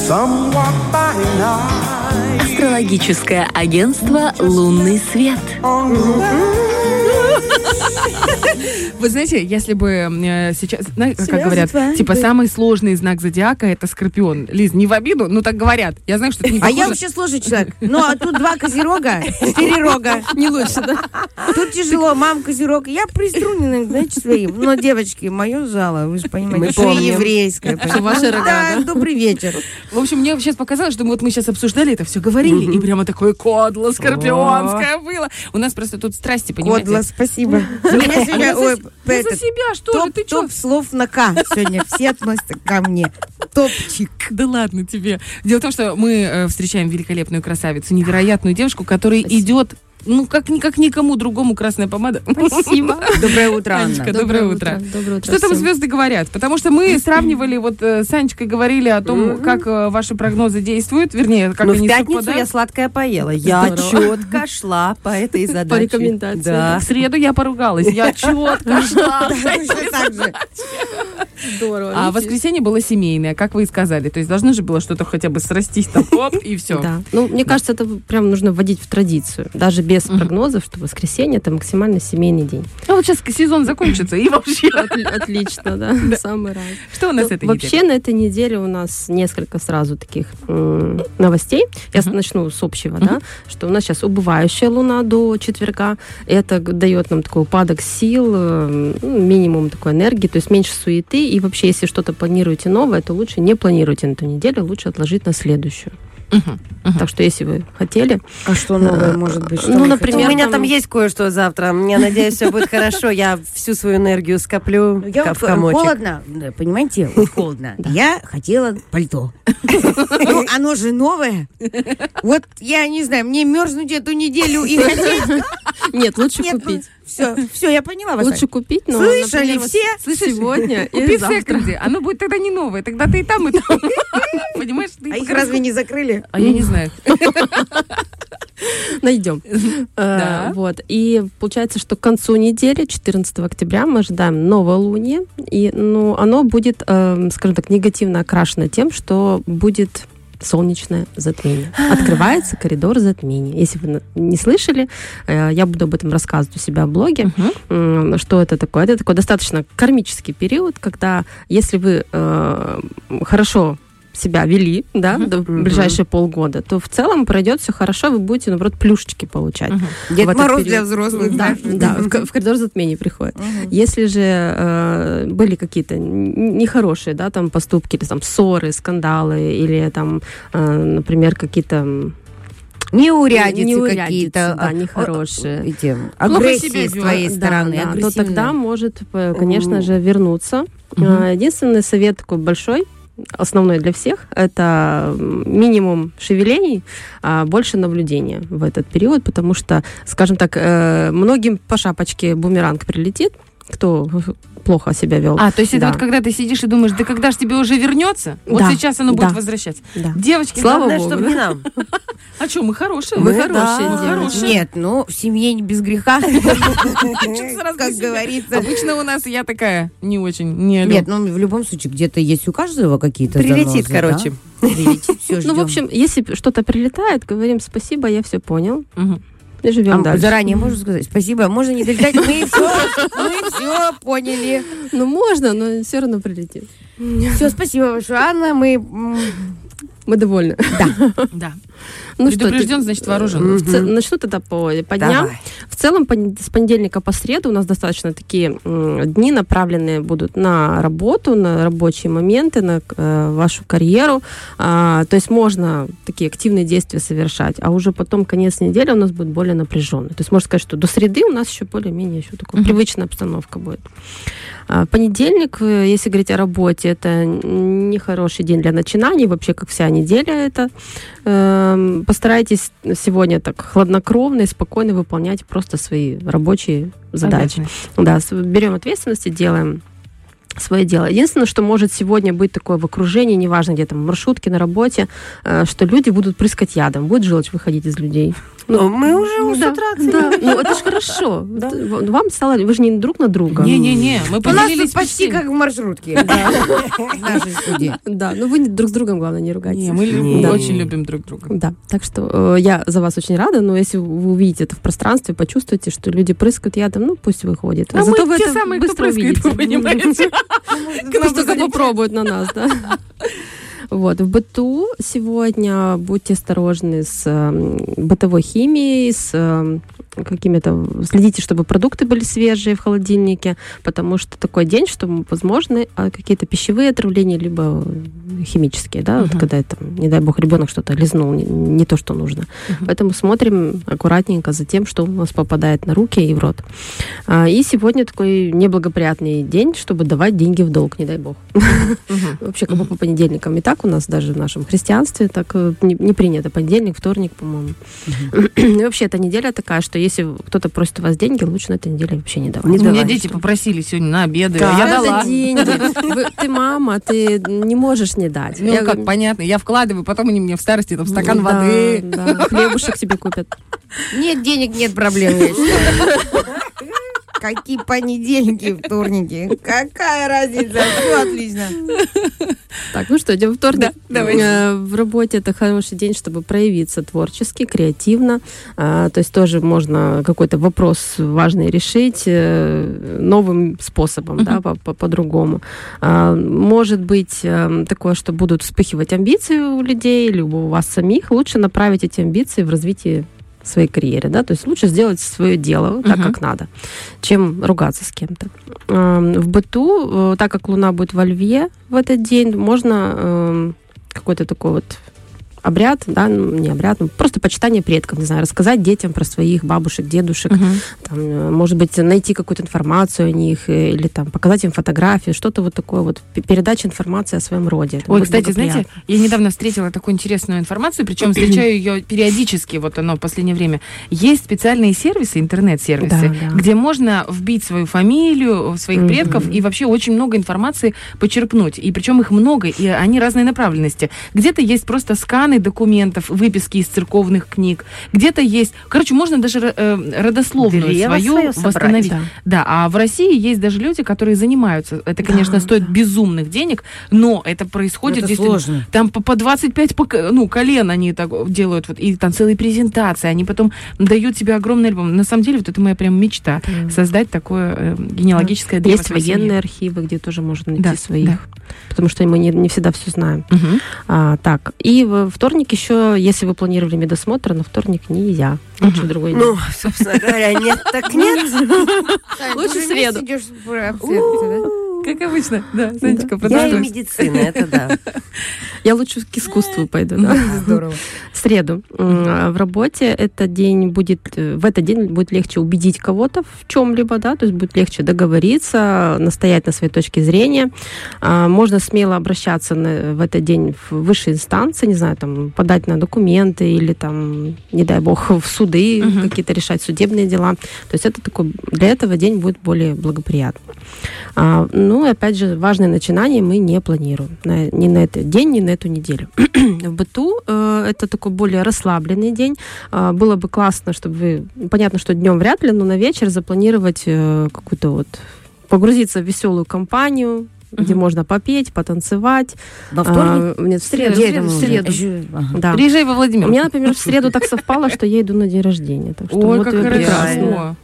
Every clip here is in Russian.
Астрологическое агентство «Лунный свет». Вы знаете, если бы сейчас, как говорят, типа самый сложный знак зодиака — это Скорпион. Лиз, не в обиду, но так говорят. Я знаю, что это не похоже. А я вообще сложный человек. Ну, а тут 2 козерога, 4 рога. Не лучше, да? Тут тяжело, мам козерог. Я приструнена, знаете, своим. Но, девочки, мое зало, вы же понимаете, что еврейское. Что ваши рога, да? Добрый вечер. В общем, мне сейчас показалось, что мы сейчас обсуждали это, все говорили, и прямо такое кодло скорпионское было. У нас просто тут страсти, понимаете? Кодло, спасибо. У меня сегодня за себя, что ли? Ты что? Топ слов на К сегодня. Все относятся ко мне. Топчик. Да ладно тебе. Дело в том, что мы встречаем великолепную красавицу, невероятную девушку, которая идет, ну, как никому другому красная помада. Спасибо. Доброе утро, Анна. Анечка, доброе утро. Доброе утро. Что там звезды говорят? Потому что мы сравнивали, вот с Анечкой говорили о том, как ваши прогнозы действуют, вернее, как они в пятницу совпадают. я сладкое поела. Я четко шла по этой задаче. По рекомендации. Да. В среду я поругалась. Я четко шла. Здорово. А в воскресенье было семейное, как вы и сказали. То есть должно же было что-то хотя бы срастись там, оп, и все. Да. Ну, мне кажется, это прям нужно вводить в традицию. Даже без прогнозов, что воскресенье — это максимально семейный день. А вот сейчас сезон закончится, и вообще. Отлично, да. Самый раз. Что у нас этой неделе? Вообще на этой неделе у нас несколько сразу таких новостей. Я начну с общего, да, что у нас сейчас убывающая луна до четверга. Это дает нам такой упадок сил, минимум такой энергии, то есть меньше суеты. И вообще, если что-то планируете новое, то лучше не планируйте на эту неделю, лучше отложить на следующую. Так что, если вы хотели... А что новое может быть? Ну, например, У меня там есть кое-что завтра. Я надеюсь, все будет хорошо. Я всю свою энергию скоплю в комочек. Холодно, понимаете, вот холодно. Я хотела пальто. Ну, оно же новое. Вот, я не знаю, мне мерзнуть эту неделю и хотеть... Нет, лучше купить. Все, я поняла вас. Лучше купить, но... Слышали все? Сегодня Купи и в завтра. секонде. Оно будет тогда не новое. Тогда ты и там, и там. Понимаешь? А их разве не закрыли? А я не знаю. Найдем. Вот. И получается, что к концу недели, 14 октября, мы ожидаем новолуние. И оно будет, скажем так, негативно окрашено тем, что будет солнечное затмение. Открывается коридор затмений. Если вы не слышали, я буду об этом рассказывать у себя в блоге, что это такое. Это такой достаточно кармический период, когда, если вы хорошо себя вели, да, до ближайшие полгода, то в целом пройдет все хорошо, вы будете, наоборот, плюшечки получать. Дед Мороз для взрослых. Да, в коридор затмений приходит. Если же были какие-то нехорошие, да, там поступки, или там ссоры, скандалы, или там, например, какие-то Неурядицы какие-то. Да, нехорошие. Агрессии с твоей стороны. Да, то тогда может, конечно же, вернуться. Единственный совет такой большой, основной для всех, это минимум шевелений, а больше наблюдения в этот период, потому что, скажем так, многим по шапочке бумеранг прилетит, кто плохо себя вел. То есть это вот когда ты сидишь и думаешь, да когда же тебе уже вернется? Вот сейчас оно будет возвращаться. Да. Девочки, слава Главное, богу, чтобы не нам. А что, мы хорошие. Мы хорошие девочки. Нет, в семье не без греха. Как говорится. Обычно у нас я такая не очень, не Нет, в любом случае, где-то есть у каждого какие-то Прилетит, занозы, короче. да? Прилетит, все ждем. В общем, если что-то прилетает, говорим спасибо, я все понял. И живем дальше. Заранее можно сказать спасибо, можно не долетать, мы все поняли. Можно, но все равно прилетит. Все, спасибо большое, Анна, Мы довольны. Да. Предупрежден, значит вооружен. Начну тогда по дням. В целом, с понедельника по среду у нас достаточно такие дни, направленные будут на работу, на рабочие моменты, на вашу карьеру. То есть можно такие активные действия совершать, а уже потом конец недели у нас будет более напряженный. То есть можно сказать, что до среды у нас еще более-менее еще такая привычная обстановка будет. Понедельник, если говорить о работе, это нехороший день для начинаний, вообще как вся неделя это. Постарайтесь сегодня так хладнокровно и спокойно выполнять просто свои рабочие задачи. Да, берем ответственность и делаем свое дело. Единственное, что может сегодня быть такое в окружении, неважно где там, в маршрутке, на работе, что люди будут прыскать ядом, будет желчь выходить из людей. Ну, мы уже с утра оценили. Да, ну это ж хорошо. Вам стало, вы же не друг на друга. Не-не-не, мы У нас поделились тут почти как в маршрутке. В нашей студии. Да, но вы друг с другом, главное, не ругайтесь. Не, мы очень любим друг друга. Да, так что я за вас очень рада, но если вы увидите это в пространстве, почувствуете, что люди прыскают ядом, ну пусть выходит. А зато мы вы те это самые, кто быстро прыскает, увидите. вы понимаете? Пусть только попробуют на нас, да. Вот, в быту сегодня будьте осторожны с бытовой химией, с какими-то... Следите, чтобы продукты были свежие в холодильнике, потому что такой день, что возможны какие-то пищевые отравления, либо химические, да, вот когда это, не дай бог, ребенок что-то лизнул, не то, что нужно. Поэтому смотрим аккуратненько за тем, что у нас попадает на руки и в рот. И сегодня такой неблагоприятный день, чтобы давать деньги в долг, не дай бог. Вообще, как бы по понедельникам и так у нас даже в нашем христианстве так не принято. Понедельник, вторник, по-моему. И вообще, эта неделя такая, что если кто-то просит у вас деньги, лучше на этой неделе вообще не давать. У меня дети попросили сегодня на обеды, я дала. Деньги. Ты мама, ты не можешь не дать. Ну, как понятно, я вкладываю, потом они мне в старости там стакан воды. Да, хлебушек себе купят. Нет денег, нет проблем, я считаю. Какие понедельники, вторники. Какая разница? Все отлично. Так, ну что, идем в вторник. Да, давай. В работе это хороший день, чтобы проявиться творчески, креативно. То есть тоже можно какой-то вопрос важный решить новым способом, да, по-другому. Может быть такое, что будут вспыхивать амбиции у людей, либо у вас самих. Лучше направить эти амбиции в развитие своей карьере, да, то есть лучше сделать свое дело так, как надо, чем ругаться с кем-то. В быту, так как Луна будет во Льве в этот день, можно какой-то такой вот обряд, да, не обряд, просто почитание предков, не знаю, рассказать детям про своих бабушек, дедушек, там, может быть, найти какую-то информацию о них или там показать им фотографии, что-то вот такое вот, передача информации о своем роде. Это Ой, кстати, знаете, я недавно встретила такую интересную информацию, причем встречаю ее периодически, вот оно в последнее время. Есть специальные сервисы, интернет-сервисы, где можно вбить свою фамилию, своих предков и вообще очень много информации почерпнуть. И причем их много, и они разной направленности. Где-то есть просто скан документов, выписки из церковных книг. Где-то есть... Короче, можно даже родословную свою восстановить. Да, а в России есть даже люди, которые занимаются. Это, конечно, стоит безумных денег, но это происходит... Это сложно. Там по 25 колен они так делают. Вот, и там целые презентации. Они потом дают тебе огромный альбом. На самом деле, вот это моя прям мечта. Создать такое генеалогическое древо. Есть военные архивы, где тоже можно найти своих. Потому что мы не всегда все знаем. Так, и вторник еще, если вы планировали медосмотр, на вторник нельзя. Лучше в другой день. Ну, собственно говоря, нет, так нет. Лучше в среду. Как обычно, да, Санечка, Я и медицина, это да. Я лучше к искусству пойду, да. Здорово. В среду. В работе в этот день будет легче убедить кого-то в чем-либо, да, то есть будет легче договориться, настоять на своей точке зрения. Можно смело обращаться в этот день в высшие инстанции, не знаю, там, подать на документы или там, не дай бог, в суды какие-то решать судебные дела. То есть это такой, для этого день будет более благоприятный. Ну, и опять же, важное начинание мы не планируем. Ни на этот день, ни на эту неделю. В быту это такой более расслабленный день. Было бы классно, чтобы вы... Понятно, что днем вряд ли, но на вечер запланировать какую-то вот... Погрузиться в веселую компанию, где можно попеть, потанцевать. Во вторник? Нет, в среду. В среду. Да. Приезжай во Владимир. У меня, например, в среду так совпало, что я иду на день рождения. Так что Ой, вот как прекрасно.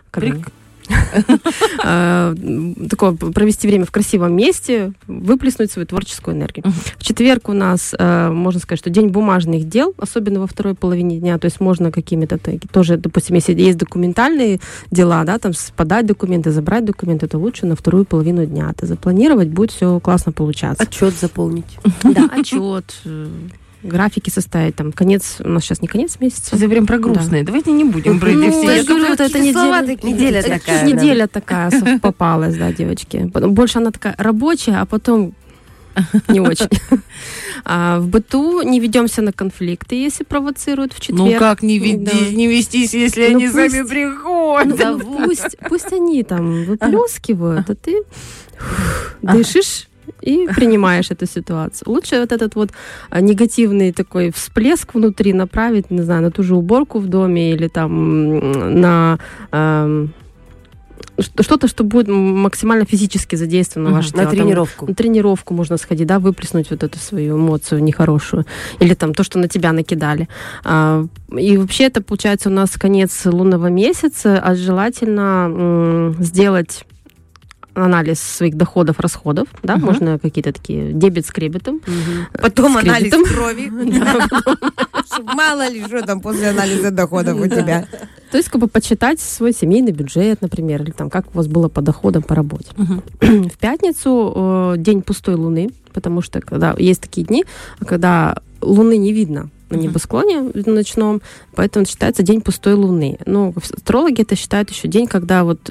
Такое провести время в красивом месте, выплеснуть свою творческую энергию. В четверг у нас, можно сказать, что день бумажных дел, особенно во второй половине дня, то есть можно какими-то тоже, допустим, если есть документальные дела, да, там подать документы, забрать документы, то лучше на вторую половину дня это запланировать, будет все классно получаться. Отчет заполнить. Да, отчет, графики составить, там, у нас сейчас не конец месяца. Это прям про грустное. Давайте не будем про эти все. Я говорю, вот эта неделя такая. Неделя такая попалась, да, девочки. Больше она такая рабочая, а потом не очень. В быту не ведемся на конфликты, если провоцируют в четверг. Ну как не вестись, если они сами приходят? Пусть они там выплескивают, а ты дышишь, и принимаешь эту ситуацию. Лучше вот этот вот негативный такой всплеск внутри направить, не знаю, на ту же уборку в доме или там на что-то, что будет максимально физически задействовано в ваше тело. На тренировку. На тренировку можно сходить, да, выплеснуть вот эту свою эмоцию нехорошую. Или там то, что на тебя накидали. И вообще это, получается, у нас конец лунного месяца, а желательно сделать анализ своих доходов, расходов, да, можно какие-то такие дебет с кредитом. Потом анализ крови. Мало ли, что там после анализа доходов у тебя. То есть, как бы почитать свой семейный бюджет, например, или там, как у вас было по доходам по работе. В пятницу день пустой луны, потому что когда есть такие дни, когда луны не видно на небосклоне ночном, поэтому считается день пустой луны. Но астрологи это считают еще день, когда вот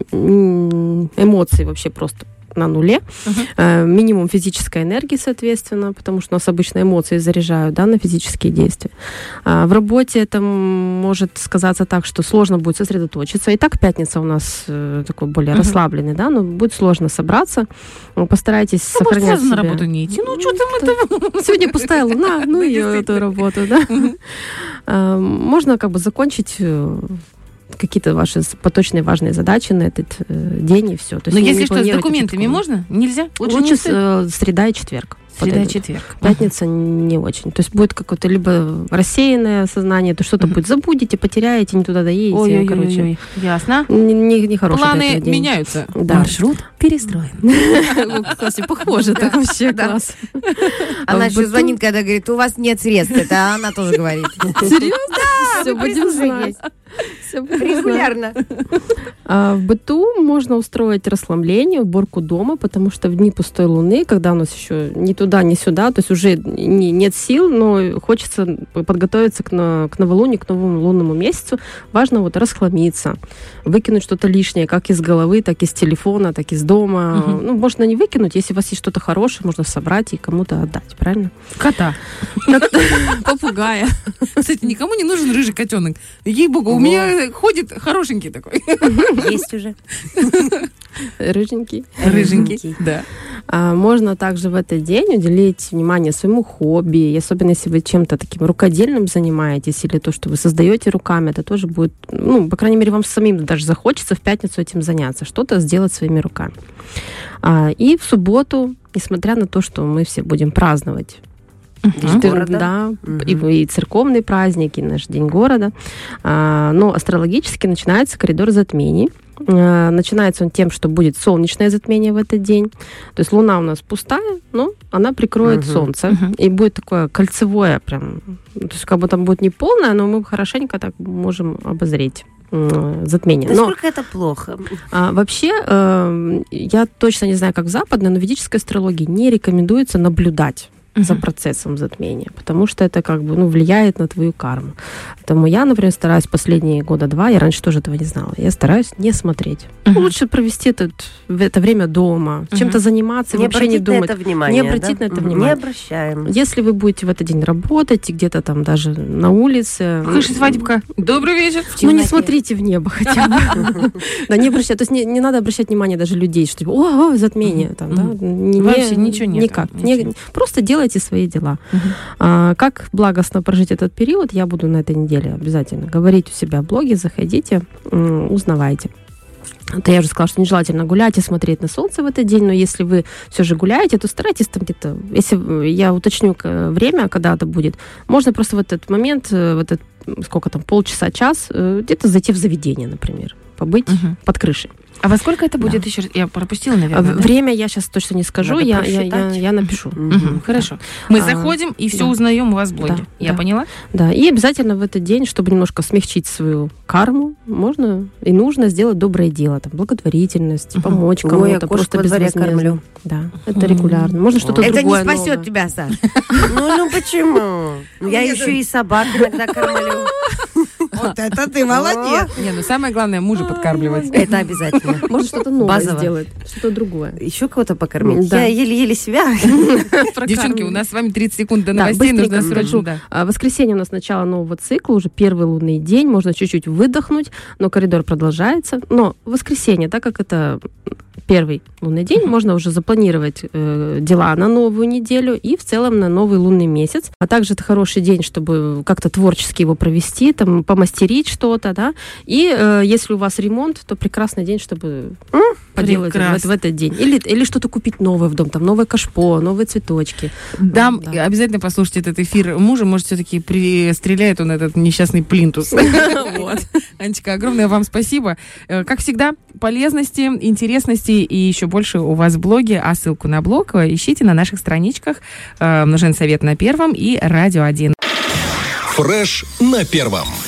эмоции вообще просто на нуле, минимум физической энергии, соответственно, потому что у нас обычно эмоции заряжают, да, на физические действия. В работе это может сказаться так, что сложно будет сосредоточиться. И так пятница у нас такой более расслабленный, да, но будет сложно собраться. Постарайтесь сохранять себя. На работу не идти. Ну, что там это? Сегодня пустая луна, ну и эту работу, да. Можно как бы закончить какие-то ваши поточные важные задачи на этот день и все. Но если что, с документами можно? Нельзя? Лучше среда и четверг. Среда и четверг. Пятница не очень. То есть будет какое-то либо рассеянное сознание, то что-то будет забудете, потеряете, не туда доедете. Ой, ясно. Не хороший планы меняются. Да. Маршрут перестроен. Кстати, похоже, так вообще класс. Она еще звонит, когда говорит, у вас нет средств. Это она тоже говорит. Серьезно? Да, все будем знать. Регулярно. В быту можно устроить расслабление, уборку дома, потому что в дни пустой луны, когда у нас еще ни туда, ни сюда, то есть уже нет сил, но хочется подготовиться к новолунию, к новому лунному месяцу, важно вот расхламиться, выкинуть что-то лишнее, как из головы, так и из телефона, так и из дома. Ну, можно не выкинуть, если у вас есть что-то хорошее, можно собрать и кому-то отдать, правильно? Кота. Попугая. Кстати, никому не нужен рыжий котенок. Ей-богу, у меня ходит хорошенький такой. Есть уже. Рыженький. Рыженький, да. Можно также в этот день уделить внимание своему хобби, и особенно если вы чем-то таким рукодельным занимаетесь, или то, что вы создаете руками, это тоже будет, ну, по крайней мере, вам самим даже захочется в пятницу этим заняться, что-то сделать своими руками. И в субботу, несмотря на то, что мы все будем праздновать, да, и церковный праздник, и наш День города. Но астрологически начинается коридор затмений. Начинается он тем, что будет солнечное затмение в этот день. То есть Луна у нас пустая, но она прикроет Солнце. И будет такое кольцевое прям. То есть как бы там будет не полное, но мы хорошенько так можем обозреть затмение. Насколько это плохо? Вообще, я точно не знаю, как в западной, но в ведической астрологии не рекомендуется наблюдать за процессом затмения, потому что это как бы, влияет на твою карму. Поэтому я, например, стараюсь последние года 2, я раньше тоже этого не знала, я стараюсь не смотреть. Лучше провести это время дома, чем-то заниматься, вообще не думать. Не обратить на это внимание. Не обращаем. Если вы будете в этот день работать, где-то там даже на улице... Слышь, свадебка, добрый вечер. Не смотрите в небо хотя бы. Да, не обращайте. То есть не надо обращать внимание даже людей, что о, затмение. Вообще ничего нет. Никак. Просто делайте свои дела. Как благостно прожить этот период, я буду на этой неделе обязательно говорить у себя в блоге, заходите, узнавайте. Это я уже сказала, что нежелательно гулять и смотреть на солнце в этот день, но если вы все же гуляете, то старайтесь там где-то, если я уточню время, когда это будет, можно просто в этот момент, сколько там, полчаса, час, где-то зайти в заведение, например, побыть под крышей. А во сколько это будет еще? Я пропустила, наверное. Время я сейчас точно не скажу, я напишу. Хорошо. Мы заходим и все узнаем у вас в блоге. Я поняла? Да, и обязательно в этот день, чтобы немножко смягчить свою карму, можно и нужно сделать доброе дело, там, благотворительность, помочь кому-то, просто безвозмездно. Да, это регулярно. Можно что-то другое. Это не спасет тебя, Саш. Ну почему? Я еще и собак иногда кормлю. Вот это ты молодец. Не, самое главное мужа подкармливать. Это обязательно. Можно что-то новое сделать, что-то другое. Еще кого-то покормить. Я еле-еле себя. Девчонки, у нас с вами 30 секунд до новостей, нужно срочно. Воскресенье у нас начало нового цикла, уже первый лунный день, можно чуть-чуть выдохнуть, но коридор продолжается. Но воскресенье, так как это первый лунный день, можно уже запланировать дела на новую неделю и в целом на новый лунный месяц. А также это хороший день, чтобы как-то творчески его провести, там, помастерить что-то, да. И если у вас ремонт, то прекрасный день, чтобы поделать в этот день. Или что-то купить новое в дом, там, новое кашпо, новые цветочки. Да, обязательно послушайте этот эфир мужа, может, все-таки стреляет он этот несчастный плинтус. Анечка, огромное вам спасибо. Как всегда, полезности, интересности и еще больше у вас в блоге, а ссылку на блог ищите на наших страничках «Нужен совет» на Первом и Радио 1. Фреш на Первом.